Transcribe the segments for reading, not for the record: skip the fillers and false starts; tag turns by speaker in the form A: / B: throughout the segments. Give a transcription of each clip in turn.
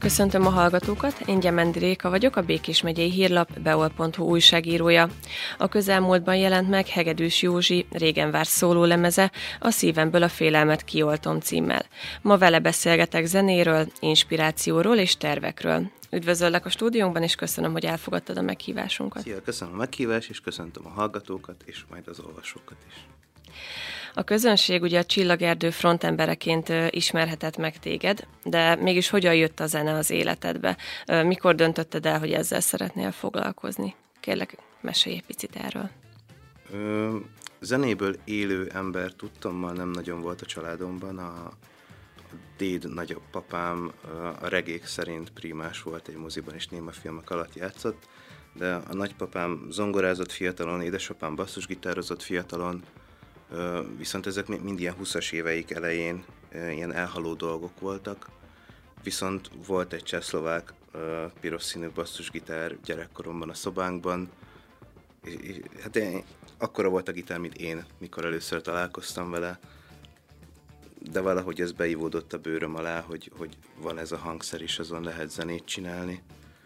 A: Köszöntöm a hallgatókat, én Gyemendi Réka vagyok, a Békés megyei hírlap beol.hu újságírója. A közelmúltban jelent meg Hegedűs Józsi régen várt szólólemeze, A szívemből a félelmet kioltom címmel. Ma vele beszélgetek zenéről, inspirációról és tervekről. Üdvözöllek a stúdiónkban, és köszönöm, hogy elfogadtad a meghívásunkat.
B: Szia, köszönöm a meghívást, és köszöntöm a hallgatókat, és majd az olvasókat is.
A: A közönség ugye a Csillagerdő frontembereként ismerhetett meg téged, de mégis hogyan jött a zene az életedbe? Mikor döntötted el, hogy ezzel szeretnél foglalkozni? Kérlek, mesélj egy picit erről.
B: Zenéből élő ember tudtommal nem nagyon volt a családomban. A déd nagyobbapám a regék szerint primás volt egy moziban, és némafilmek alatt játszott, de a nagypapám zongorázott fiatalon, édesapám basszusgitározott fiatalon, viszont ezek mind ilyen 20-as éveik elején ilyen elhaló dolgok voltak, viszont volt egy csehszlovák piros színű basszusgitár gyerekkoromban a szobánkban, hát akkora volt a gitár, mint én, mikor először találkoztam vele, de valahogy ez beivódott a bőröm alá, hogy van ez a hangszer is, azon lehet zenét csinálni.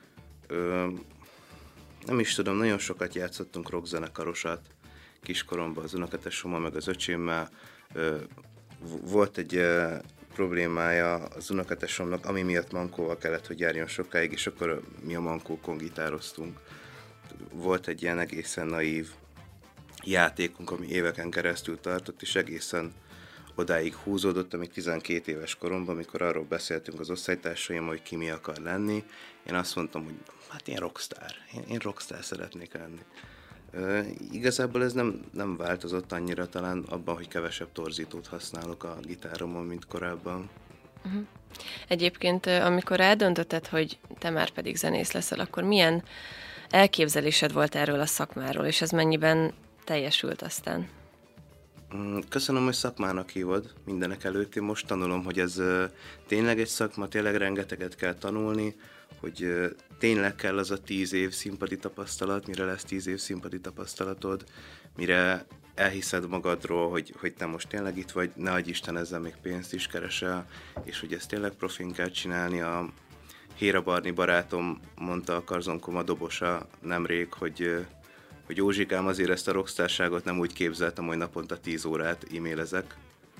B: Nem is tudom, nagyon sokat játszottunk rockzenekarosat kiskoromban az unokatesommal, meg az öcsémmel. Volt egy problémája az unokatesomnak, ami miatt mankóval kellett, hogy járjon sokáig, és akkor mi a mankókon gitároztunk. Volt egy ilyen egészen naív játékunk, ami éveken keresztül tartott, és egészen odáig húzódott, amíg 12 éves koromban, amikor arról beszéltünk az osztálytársaim, hogy ki mi akar lenni. Én azt mondtam, hogy hát én rockstar. Én rockstar szeretnék lenni. Igazából ez nem változott annyira, talán abban, hogy kevesebb torzítót használok a gitáromon, mint korábban.
A: Uh-huh. Egyébként, amikor eldöntötted, hogy te már pedig zenész leszel, akkor milyen elképzelésed volt erről a szakmáról, és ez mennyiben teljesült aztán?
B: Köszönöm, hogy szakmának hívod mindenek előtt. Én most tanulom, hogy ez tényleg egy szakma, tényleg rengeteget kell tanulni, hogy tényleg kell az a 10 év színpadi tapasztalat, mire lesz 10 év színpadi tapasztalatod, mire elhiszed magadról, hogy te most tényleg itt vagy, ne adj Isten, ezzel még pénzt is keresel, és hogy ezt tényleg profin kell csinálni. A Héra Barni barátom mondta, a Karzonkoma dobosa nemrég, hogy Józsikám, azért ezt a rockstárságot nem úgy képzeltem, hogy naponta 10 órát e-mailezek.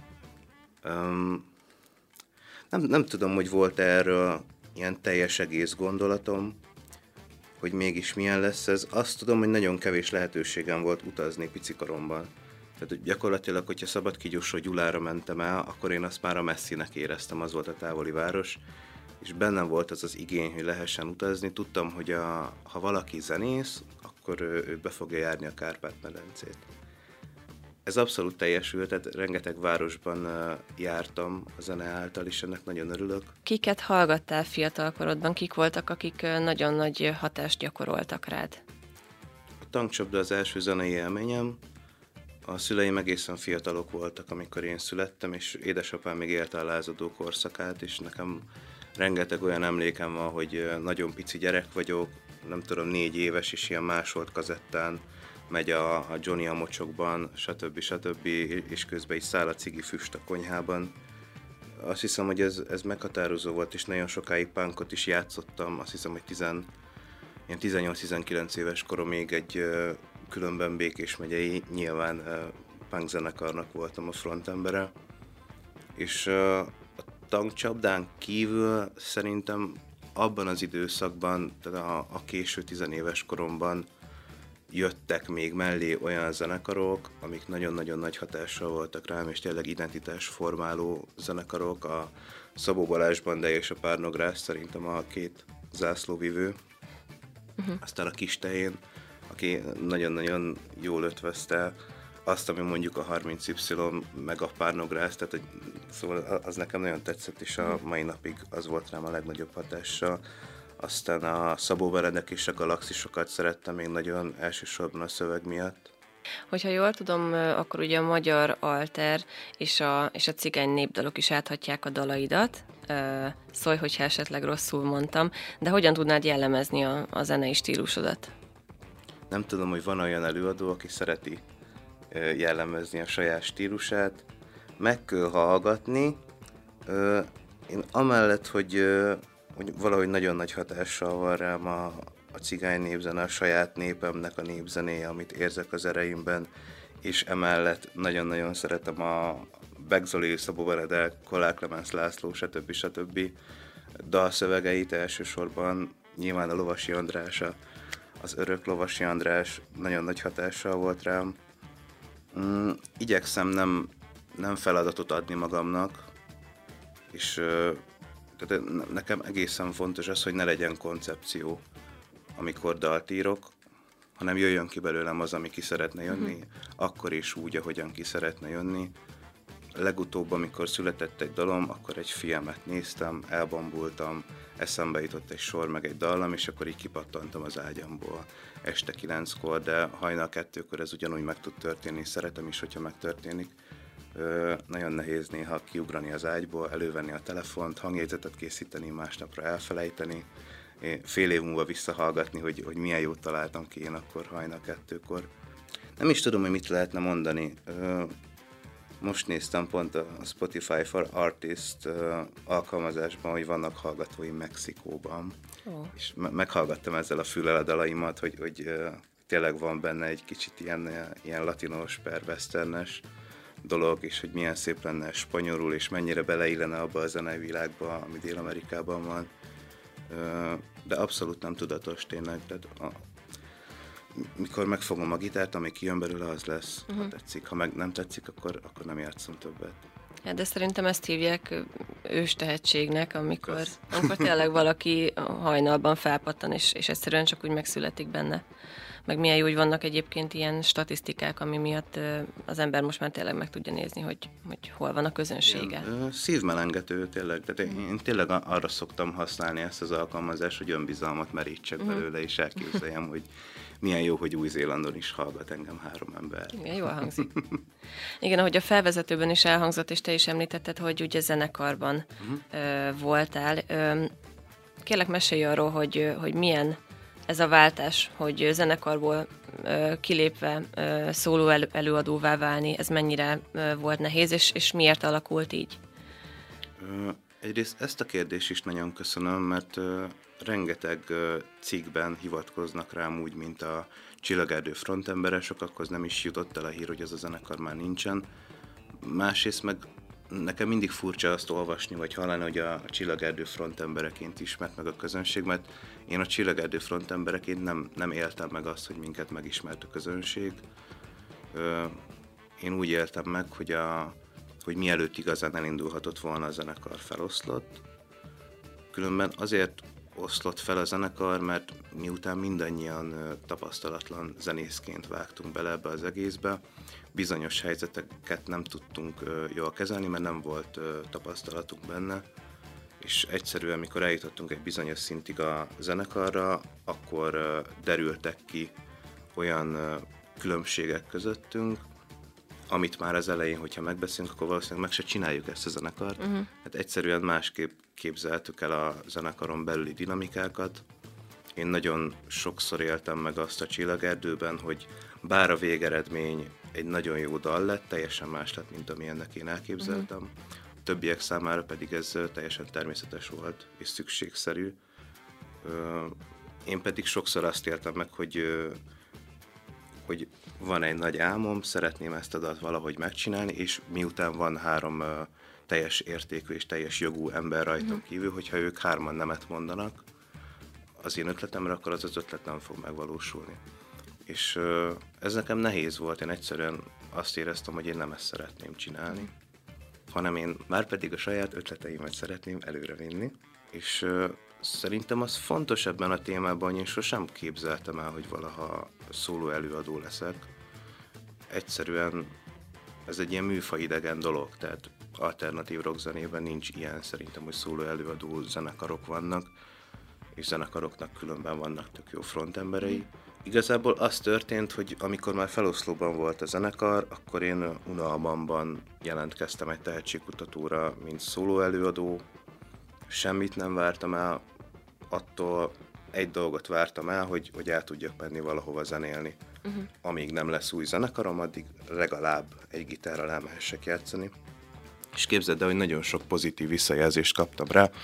B: Nem tudom, hogy volt erről ilyen teljes egész gondolatom, hogy mégis milyen lesz ez. Azt tudom, hogy nagyon kevés lehetőségem volt utazni picikoromban. Tehát gyakorlatilag, hogyha Szabadkigyósról Gyulára mentem el, akkor én azt már a messzinek éreztem, az volt a távoli város, és bennem volt az az igény, hogy lehessen utazni. Tudtam, hogy ha valaki zenész, akkor ő be fogja járni a Kárpát-medencét. Ez abszolút teljesült, tehát rengeteg városban jártam a zene által, és ennek nagyon örülök.
A: Kiket hallgattál fiatalkorodban? Kik voltak, akik nagyon nagy hatást gyakoroltak rád?
B: A tankcsapda az első zenei élményem. A szüleim egészen fiatalok voltak, amikor én születtem, és édesapám még élte a lázadó korszakát, és nekem rengeteg olyan emlékem van, hogy nagyon pici gyerek vagyok, nem tudom, 4 éves, és ilyen másolt kazettán megy a Johnny a mocsokban, stb. És közben is száll a cigi füst a konyhában. Azt hiszem, hogy ez meghatározó volt, és nagyon sokáig punkot is játszottam. Azt hiszem, hogy 18-19 éves koromig egy különben Békés megyei nyilván punk zenekarnak voltam a frontembere. És a tankcsapdán kívül szerintem abban az időszakban, tehát a késő 10 éves koromban jöttek még mellé olyan zenekarok, amik nagyon-nagyon nagy hatással voltak rám, és tényleg identitásformáló zenekarok. A Szabó Balázs Banda és a Párnogrász szerintem a 2 zászlóvivő. Aztán a Kistehén, aki nagyon-nagyon jól ötvözte azt, ami mondjuk a 30Y meg a Párnogrász, tehát szóval az nekem nagyon tetszett, és a mai napig az volt rám a legnagyobb hatással. Aztán a Szabó Benedek és a Galaxisokat szerettem még nagyon, elsősorban a szöveg miatt.
A: Hogyha jól tudom, akkor ugye a magyar alter és a cigány népdalok is áthatják a dalaidat. Szólj, hogyha esetleg rosszul mondtam, de hogyan tudnád jellemezni a zenei stílusodat?
B: Nem tudom, hogy van olyan előadó, aki szereti jellemezni a saját stílusát. Meg kell hallgatni. Én amellett, hogy hogy valahogy nagyon nagy hatással van rám a cigány népzene, a saját népemnek a népzenéje, amit érzek az ereimben, és emellett nagyon-nagyon szeretem a Beck Zoli, Szabó Benedek, Kollár Klemenc László, stb. Dalszövegeit elsősorban, nyilván a Lovasi András, az örök Lovasi András nagyon nagy hatással volt rám. Igyekszem nem feladatot adni magamnak, és tehát nekem egészen fontos az, hogy ne legyen koncepció, amikor dalt írok, hanem jöjjön ki belőlem az, ami ki szeretne jönni, akkor is úgy, ahogyan ki szeretne jönni. Legutóbb, amikor született egy dalom, akkor egy filmet néztem, elbambultam, eszembe jutott egy sor, meg egy dallam, és akkor így kipattantam az ágyamból este 9-kor, de hajnal 2-kor ez ugyanúgy meg tud történni, szeretem is, hogyha megtörténik. Nagyon nehéz néha kiugrani az ágyból, elővenni a telefont, hangjegyzetet készíteni, másnapra elfelejteni, fél év múlva visszahallgatni, hogy milyen jót találtam ki én akkor hajnal 2-kor. Nem is tudom, hogy mit lehetne mondani. Most néztem pont a Spotify for Artist alkalmazásban, hogy vannak hallgatói Mexikóban, és meghallgattam ezzel a füllel a dalaimat, hogy tényleg van benne egy kicsit ilyen latinos per westernes dolog, és hogy milyen szép lenne spanyolul, és mennyire beleillene abba a zenei világba, ami Dél-Amerikában van. De abszolút nem tudatos tényleg. Tehát mikor megfogom a gitárt, ami kijön belőle, az lesz, ha tetszik. Ha meg nem tetszik, akkor nem játszom többet.
A: Ja, de szerintem ezt hívják őstehetségnek, amikor tényleg valaki hajnalban felpattan, és egyszerűen csak úgy megszületik benne. Meg milyen jó, hogy vannak egyébként ilyen statisztikák, ami miatt az ember most már tényleg meg tudja nézni, hogy hol van a közönsége.
B: Szívmelengető tényleg, tehát én tényleg arra szoktam használni ezt az alkalmazást, hogy önbizalmat merítsek belőle, és elképzeljem, hogy milyen jó, hogy Új-Zélandon is hallgat engem 3 ember.
A: Igen, jól hangzik. Igen, ahogy a felvezetőben is elhangzott, és te is említetted, hogy ugye zenekarban voltál. Kérlek, mesélj arról, hogy milyen ez a váltás, hogy zenekarból kilépve szóló előadóvá válni, ez mennyire volt nehéz, és miért alakult így?
B: Egyrészt ezt a kérdést is nagyon köszönöm, mert rengeteg cikkben hivatkoznak rám úgy, mint a Csillagerdő frontembere, sokakhoz nem is jutott el a hír, hogy ez a zenekar már nincsen. Másrészt meg nekem mindig furcsa azt olvasni, vagy hallani, hogy a Csillagerdő frontembereként ismert meg a közönség, mert én a Csillagerdő frontembereként nem éltem meg azt, hogy minket megismert a közönség. Én úgy éltem meg, hogy mielőtt igazán elindulhatott volna a zenekar, feloszlott. Különben azért oszlott fel a zenekar, mert miután mindannyian tapasztalatlan zenészként vágtunk bele ebbe az egészbe, bizonyos helyzeteket nem tudtunk jól kezelni, mert nem volt tapasztalatunk benne, és egyszerűen, mikor eljutottunk egy bizonyos szintig a zenekarra, akkor derültek ki olyan különbségek közöttünk, amit már az elején, hogyha megbeszélünk, akkor valószínűleg meg se csináljuk ezt a zenekart. Hát egyszerűen másképp képzeltük el a zenekaron belüli dinamikákat. Én nagyon sokszor éltem meg azt a Csillagerdőben, hogy bár a végeredmény egy nagyon jó dal lett, teljesen más lett, mint amilyennek én elképzeltem. A többiek számára pedig ez teljesen természetes volt és szükségszerű. Én pedig sokszor azt éltem meg, hogy van egy nagy álmom, szeretném ezt a dalt valahogy megcsinálni, és miután van 3 teljes értékű és teljes jogú ember rajtam kívül, hogyha ők 3-an nemet mondanak az én ötletemre, akkor az ötlet nem fog megvalósulni. És ez nekem nehéz volt, én egyszerűen azt éreztem, hogy én nem ezt szeretném csinálni, hanem én már pedig a saját ötleteimet szeretném előrevinni, és szerintem az fontos ebben a témában, hogy én sosem képzeltem el, hogy valaha szóló előadó leszek. Egyszerűen ez egy ilyen műfajidegen dolog, tehát alternatív rockzenében nincs ilyen szerintem, hogy szóló előadó zenekarok vannak, és zenekaroknak különben vannak tök jó frontemberei. Igazából az történt, hogy amikor már feloszlóban volt a zenekar, akkor én unalmamban jelentkeztem egy tehetségkutatóra, mint szóló előadó. Semmit nem vártam el, attól egy dolgot vártam el, hogy el tudjak menni valahova zenélni. Amíg nem lesz új zenekarom, addig legalább egy gitárral elmehessek játszani. És képzeld el, hogy nagyon sok pozitív visszajelzést kaptam rá.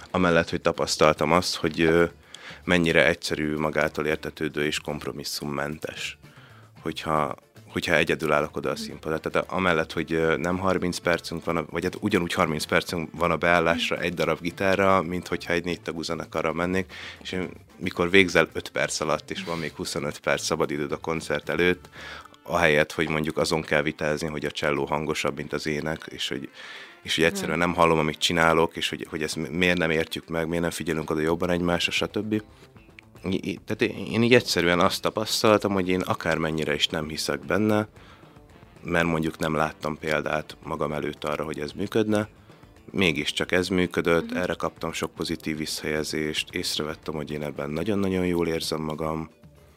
B: amellett, hogy tapasztaltam azt, hogy mennyire egyszerű, magától értetődő és kompromisszummentes, hogyha egyedül állok oda a színpadra. Tehát amellett, hogy nem 30 percünk van, vagy hát ugyanúgy 30 percünk van a beállásra egy darab gitárra, mint hogyha egy 4 tagú zenekarra mennék, és mikor végzel 5 perc alatt, és van még 25 perc szabadidőd a koncert előtt, ahelyett, hogy mondjuk azon kell vitázni, hogy a cselló hangosabb, mint az ének, és hogy egyszerűen nem hallom, amit csinálok, és hogy ezt miért nem értjük meg, miért nem figyelünk oda jobban egymásra, stb. Tehát én így egyszerűen azt tapasztaltam, hogy én akármennyire is nem hiszek benne, mert mondjuk nem láttam példát magam előtt arra, hogy ez működne, mégiscsak ez működött, erre kaptam sok pozitív visszajelzést, észrevettem, hogy én ebben nagyon-nagyon jól érzem magam,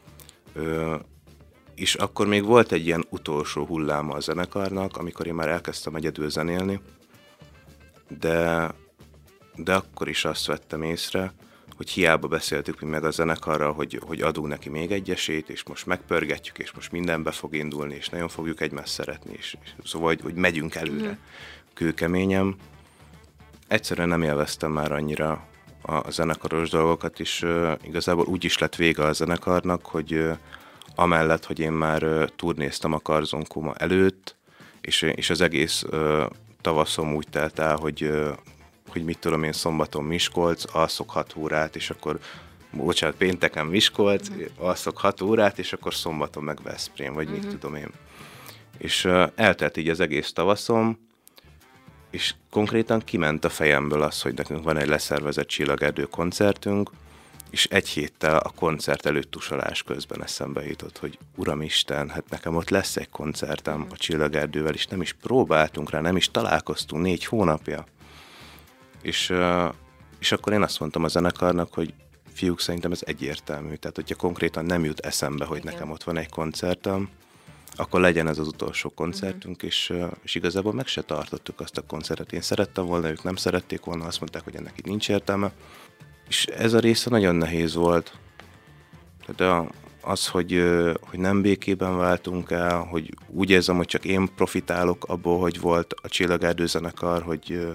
B: és akkor még volt egy ilyen utolsó hulláma a zenekarnak, amikor én már elkezdtem egyedül zenélni, de akkor is azt vettem észre, hogy hiába beszéltük mi meg a zenekarral, hogy adunk neki még egy esélyt, és most megpörgetjük, és most mindenbe fog indulni, és nagyon fogjuk egymást szeretni, és szóval, hogy megyünk előre kőkeményen. Egyszerűen nem élveztem már annyira a zenekaros dolgokat, és igazából úgy is lett vége a zenekarnak, hogy amellett, hogy én már turnéztam a Karzonkóma előtt, és az egész tavaszom úgy telt el, hogy mit tudom én, szombaton Miskolc, alszok 6 órát, és akkor, bocsánat, pénteken Miskolc, alszok 6 órát, és akkor szombaton meg Veszprém, vagy mit tudom én. És eltelt így az egész tavaszom, és konkrétan kiment a fejemből az, hogy nekünk van egy leszervezett Csillagerdő koncertünk, és egy héttel a koncert előtt tusolás közben eszembe jutott, hogy Uramisten, hát nekem ott lesz egy koncertem a Csillagerdővel, és nem is próbáltunk rá, nem is találkoztunk 4 hónapja. És akkor én azt mondtam a zenekarnak, hogy fiúk, szerintem ez egyértelmű. Tehát, hogyha konkrétan nem jut eszembe, hogy nekem ott van egy koncertem, akkor legyen ez az utolsó koncertünk, és igazából meg se tartottuk azt a koncertet. Én szerettem volna, ők nem szerették volna, azt mondták, hogy ennek így nincs értelme. És ez a része nagyon nehéz volt. Tehát az, hogy nem békében váltunk el, hogy úgy érzem, hogy csak én profitálok abból, hogy volt a Csillagerdő zenekar, hogy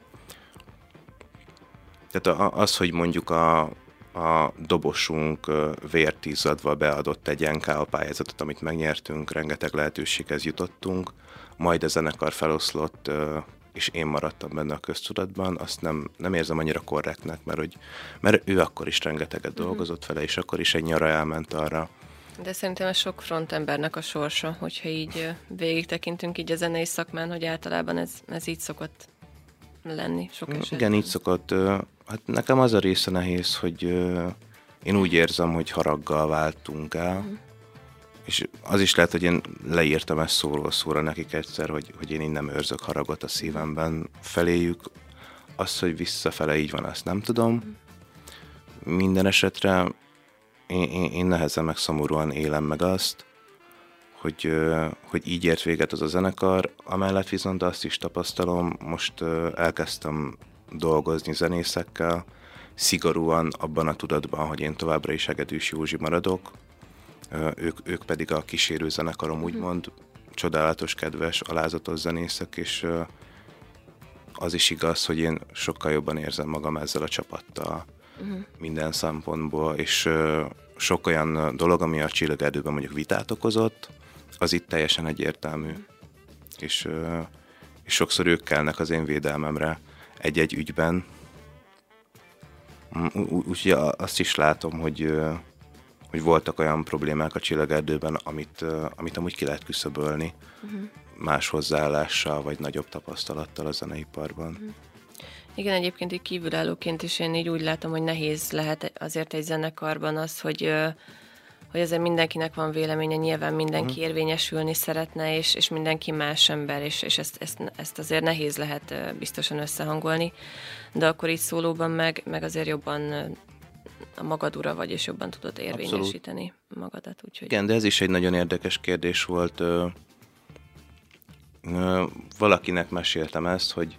B: tehát az, hogy mondjuk a dobosunk vért izzadva beadott egy NKA pályázatot, amit megnyertünk, rengeteg lehetőséghez jutottunk, majd a zenekar feloszlott, és én maradtam benne a köztudatban, azt nem érzem annyira korrektnek, mert ő akkor is rengeteget dolgozott vele, és akkor is egy nyara elment arra.
A: De szerintem ez sok frontembernek a sorsa, hogyha így végig tekintünk így a zenei szakmán, hogy általában ez így szokott lenni sok esetben.
B: Igen, így szokott. Hát nekem az a része nehéz, hogy én úgy érzem, hogy haraggal váltunk el, és az is lehet, hogy én leírtam ezt szóról szóra nekik egyszer, hogy én nem őrzök haragot a szívemben feléjük. Az, hogy visszafele így van, azt nem tudom. Minden esetre én nehezen meg szomorúan élem meg azt, hogy így ért véget az a zenekar, amellett viszont azt is tapasztalom, most elkezdtem dolgozni zenészekkel, szigorúan abban a tudatban, hogy én továbbra is Hegedűs Józsi maradok, ők pedig a kísérő zenekarom úgymond, csodálatos, kedves, alázatos zenészek, és az is igaz, hogy én sokkal jobban érzem magam ezzel a csapattal minden szempontból, és sok olyan dolog, ami a Csillagerdőben mondjuk vitát okozott, az itt teljesen egyértelmű. És sokszor ők kellnek az én védelmemre egy-egy ügyben. Úgyhogy azt is látom, hogy voltak olyan problémák a Csillagerdőben, amit amúgy ki lehet küszöbölni más hozzáállással, vagy nagyobb tapasztalattal a zeneiparban.
A: Igen, egyébként így kívülállóként is én így úgy látom, hogy nehéz lehet azért egy zenekarban az, hogy azért mindenkinek van véleménye, nyilván mindenki érvényesülni szeretne, és mindenki más ember, és ezt azért nehéz lehet biztosan összehangolni, de akkor így szólóban meg azért jobban a magad ura vagy, és jobban tudod érvényesíteni magadat. Úgyhogy...
B: Igen, de ez is egy nagyon érdekes kérdés volt. Valakinek meséltem ezt, hogy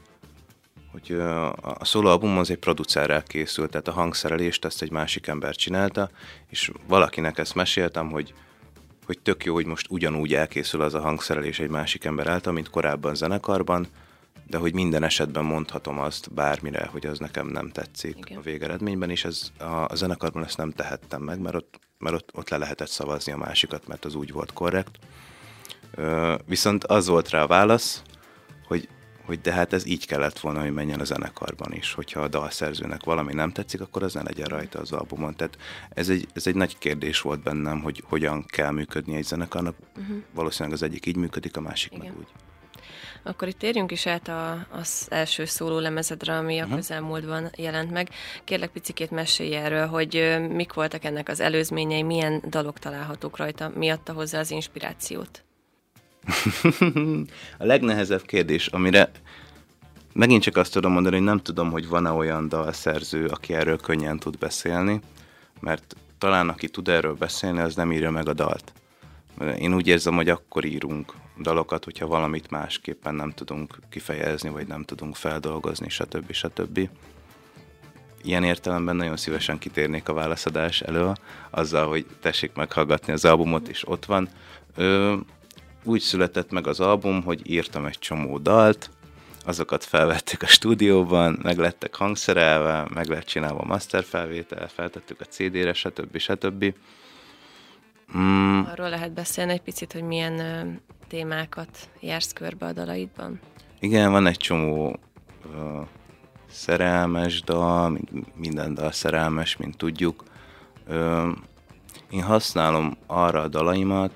B: a szólóalbum az egy producerrel készült, tehát a hangszerelést ezt egy másik ember csinálta, és valakinek ezt meséltem, hogy tök jó, hogy most ugyanúgy elkészül az a hangszerelés egy másik ember által, mint korábban zenekarban, de hogy minden esetben mondhatom azt bármire, hogy az nekem nem tetszik.
A: Igen.
B: A végeredményben, és ez, a zenekarban ezt nem tehettem meg, mert ott le lehetett szavazni a másikat, mert az úgy volt korrekt. Viszont az volt rá a válasz, hogy de hát ez így kellett volna, hogy menjen a zenekarban is. Hogyha a dalszerzőnek valami nem tetszik, akkor az ne legyen rajta az albumon. Tehát ez egy nagy kérdés volt bennem, hogy hogyan kell működni egy zenekarnak. Valószínűleg az egyik így működik, a másik
A: Igen.
B: meg úgy.
A: Akkor itt térjünk is át az első szóló lemezedre, ami a közelmúltban jelent meg. Kérlek picikét mesélj erről, hogy mik voltak ennek az előzményei, milyen dalok találhatók rajta, mi adta hozzá az inspirációt?
B: A legnehezebb kérdés, amire megint csak azt tudom mondani, hogy nem tudom, hogy van-e olyan dalszerző, aki erről könnyen tud beszélni, mert talán aki tud erről beszélni, az nem írja meg a dalt. Én úgy érzem, hogy akkor írunk dalokat, hogyha valamit másképpen nem tudunk kifejezni, vagy nem tudunk feldolgozni, stb. Ilyen értelemben nagyon szívesen kitérnék a válaszadás elől, azzal, hogy tessék meghallgatni az albumot, és ott van. Úgy született meg az album, hogy írtam egy csomó dalt, azokat felvettük a stúdióban, meg lettek hangszerelve, meg lett csinálva masterfelvétel, feltettük a CD-re, stb.
A: Arról lehet beszélni egy picit, hogy milyen témákat jársz körbe a dalaidban?
B: Igen, van egy csomó szerelmes dal, minden dal szerelmes, mint tudjuk. Én használom arra a dalaimat,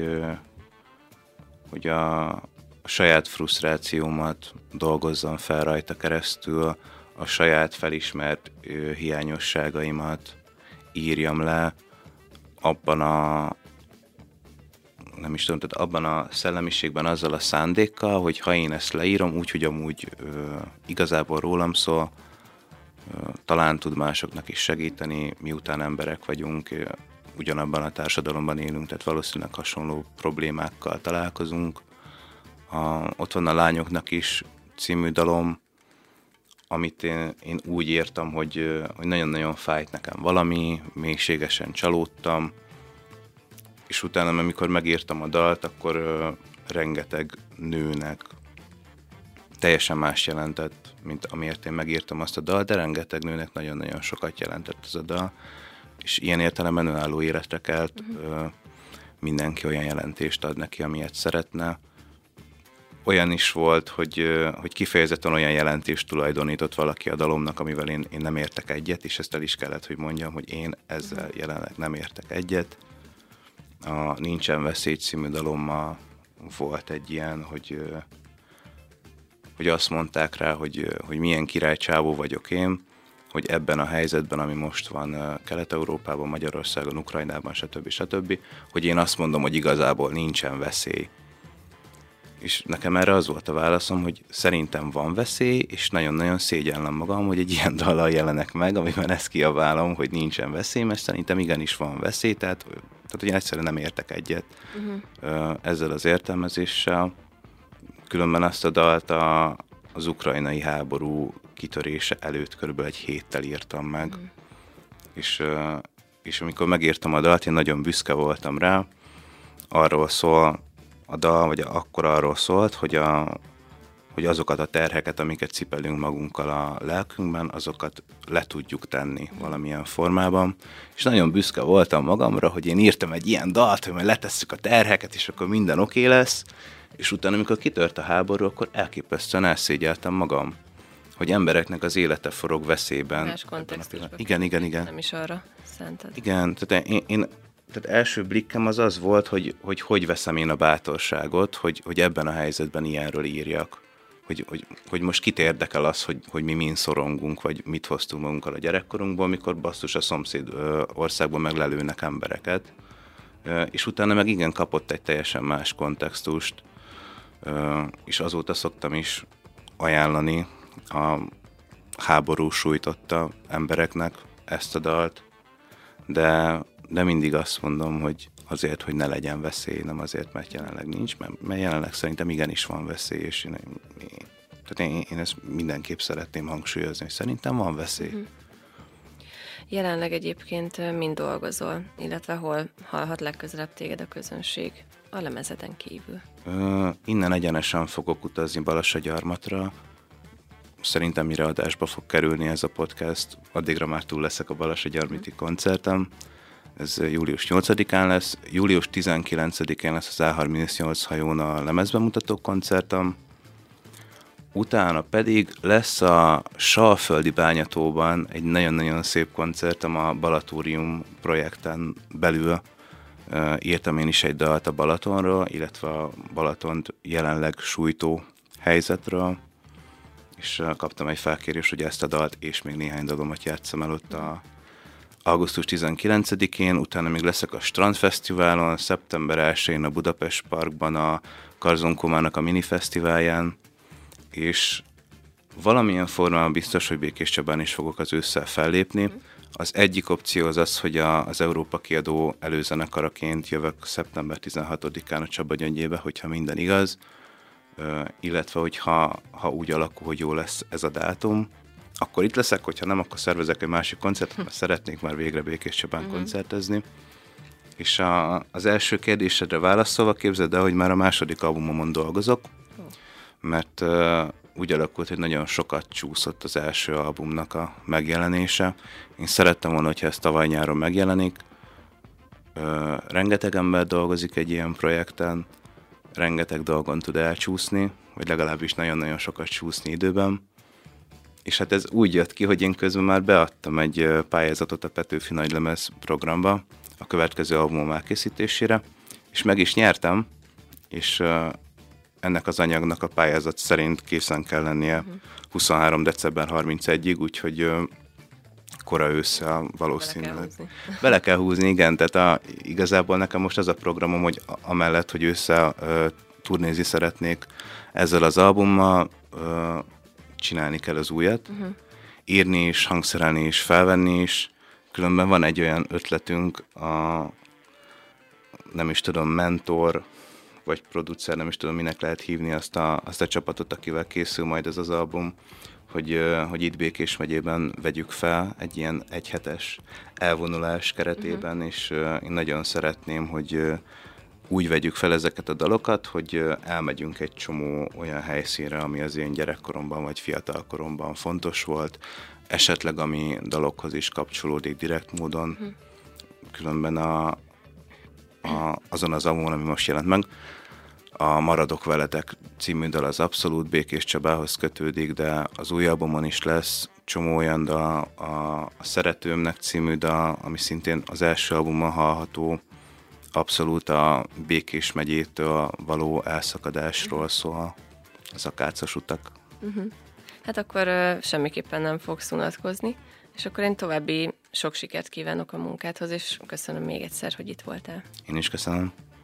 B: hogy a saját frusztrációmat dolgozzam fel rajta keresztül, a saját felismert hiányosságaimat írjam le abban abban a szellemiségben, azzal a szándékkal, hogy ha én ezt leírom úgy, hogy amúgy igazából rólam szól, talán tud másoknak is segíteni, miután emberek vagyunk, ugyanabban a társadalomban élünk, tehát valószínűleg hasonló problémákkal találkozunk. Ott van a Lányoknak is című dalom, amit én úgy értem, hogy nagyon-nagyon fájt nekem valami, mélységesen csalódtam, és utána, amikor megírtam a dalt, akkor rengeteg nőnek teljesen más jelentett, mint amiért én megírtam azt a dalt, de rengeteg nőnek nagyon-nagyon sokat jelentett ez a dal, és ilyen értelemben önálló életre kelt, mindenki olyan jelentést ad neki, amilyet szeretne. Olyan is volt, hogy kifejezetten olyan jelentést tulajdonított valaki a dalomnak, amivel én nem értek egyet, és ezt el is kellett, hogy mondjam, hogy én ezzel jelenleg nem értek egyet. A Nincsen veszély című dalommal volt egy ilyen, hogy azt mondták rá, hogy milyen királycsávó vagyok én, hogy ebben a helyzetben, ami most van Kelet-Európában, Magyarországon, Ukrajnában, stb., hogy én azt mondom, hogy igazából nincsen veszély. És nekem erre az volt a válaszom, hogy szerintem van veszély, és nagyon-nagyon szégyellem magam, hogy egy ilyen dallal jelenek meg, amiben ezt kiabálom, hogy nincsen veszély, mert szerintem igenis van veszély, tehát hogy én egyszerűen nem értek egyet ezzel az értelmezéssel. Különben azt a dalt az ukrajnai háború kitörése előtt körülbelül egy héttel írtam meg. És amikor megírtam a dalt, én nagyon büszke voltam rá. Arról szól a dal, vagy akkor arról szólt, hogy azokat a terheket, amiket cipelünk magunkkal a lelkünkben, azokat le tudjuk tenni valamilyen formában. És nagyon büszke voltam magamra, hogy én írtam egy ilyen dalt, hogy majd letesszük a terheket, és akkor minden oké lesz. És utána, amikor kitört a háború, akkor elképesztően elszégyeltem magam, hogy embereknek az élete forog veszélyben.
A: Más kontextusban.
B: Igen.
A: Nem is arra szántad.
B: Igen, tehát első blikkem az volt, hogy veszem én a bátorságot, hogy ebben a helyzetben ilyenről írjak. Hogy most kit érdekel az, hogy mi min szorongunk, vagy mit hoztunk magunkkal a gyerekkorunkból, mikor basszus a szomszéd országban meglelőnek embereket. És utána meg igen kapott egy teljesen más kontextust, és azóta szoktam is ajánlani a háború sújtotta embereknek ezt a dalt, de mindig azt mondom, hogy azért, hogy ne legyen veszély, nem azért, mert jelenleg nincs, mert jelenleg szerintem igenis van veszély, és én ezt mindenképp szeretném hangsúlyozni, hogy szerintem van veszély.
A: Jelenleg egyébként mind dolgozol, illetve hol hallhat legközelebb téged a közönség? a lemezeden kívül?
B: Innen egyenesen fogok utazni Balassagyarmatra. Szerintem mire adásba fog kerülni ez a podcast, addigra már túl leszek a Balassagyarmati koncertem. Ez július 8-án lesz. Július 19-én lesz az A38 hajón a lemezbemutató koncertem. Utána pedig lesz a Salföldi Bányatóban egy nagyon-nagyon szép koncertem a Balatórium projekten belül. Írtam én is egy dalt a Balatonról, illetve a Balatont jelenleg sújtó helyzetről, és kaptam egy felkérést, hogy ezt a dalt és még néhány dalomat játsszam el ott a augusztus 19-én, utána még leszek a Strandfesztiválon, szeptember 1-én a Budapest Parkban a Karzonkomának a minifesztiválján, és valamilyen formában biztos, hogy Békéscsabán is fogok az ősszel fellépni. Az egyik opció az, hogy az Európa Kiadó előzenekaraként jövök szeptember 16-án a Csaba Gyöngyébe, hogyha minden igaz, illetve hogyha úgy alakul, hogy jó lesz ez a dátum, akkor itt leszek, hogyha nem, akkor szervezek egy másik koncertet, mert szeretnék már végre Békéscsabán koncertezni. És az első kérdésedre válaszolva képzeld el, hogy már a második albumomon dolgozok, mert úgy alakult, hogy nagyon sokat csúszott az első albumnak a megjelenése. Én szerettem volna, hogyha ez tavaly nyáron megjelenik. Rengeteg ember dolgozik egy ilyen projekten, rengeteg dolgon tud elcsúszni, vagy legalábbis nagyon-nagyon sokat csúszni időben. És hát ez úgy jött ki, hogy én közben már beadtam egy pályázatot a Petőfi Nagylemez programba a következő albumom elkészítésére, és meg is nyertem, és ennek az anyagnak a pályázat szerint készen kell lennie 23. december 31-ig, úgyhogy kora ősszel valószínűleg. Bele kell húzni, igen, tehát igazából nekem most az a programom, hogy amellett, hogy ősszel turnézni szeretnék ezzel az albummal, csinálni kell az újat, írni is, hangszerelni is, felvenni is, különben van egy olyan ötletünk, nem is tudom, mentor, vagy producer, nem is tudom, minek lehet hívni azt a csapatot, akivel készül majd ez az album, hogy itt Békés megyében vegyük fel egy ilyen egyhetes elvonulás keretében, és én nagyon szeretném, hogy úgy vegyük fel ezeket a dalokat, hogy elmegyünk egy csomó olyan helyszínre, ami az én gyerekkoromban vagy fiatalkoromban fontos volt, esetleg ami dalokhoz is kapcsolódik direkt módon, különben azon az albumon, ami most jelent meg, a Maradok veletek című dal az abszolút Békéscsabához kötődik, de az új albumon is lesz csomó olyan dal, a Szeretőmnek című dal, ami szintén az első albumon hallható, abszolút a Békés megyétől való elszakadásról szól, az akácos utak.
A: Hát akkor semmiképpen nem fogsz unatkozni, és akkor én további sok sikert kívánok a munkádhoz, és köszönöm még egyszer, hogy itt voltál.
B: Én is köszönöm.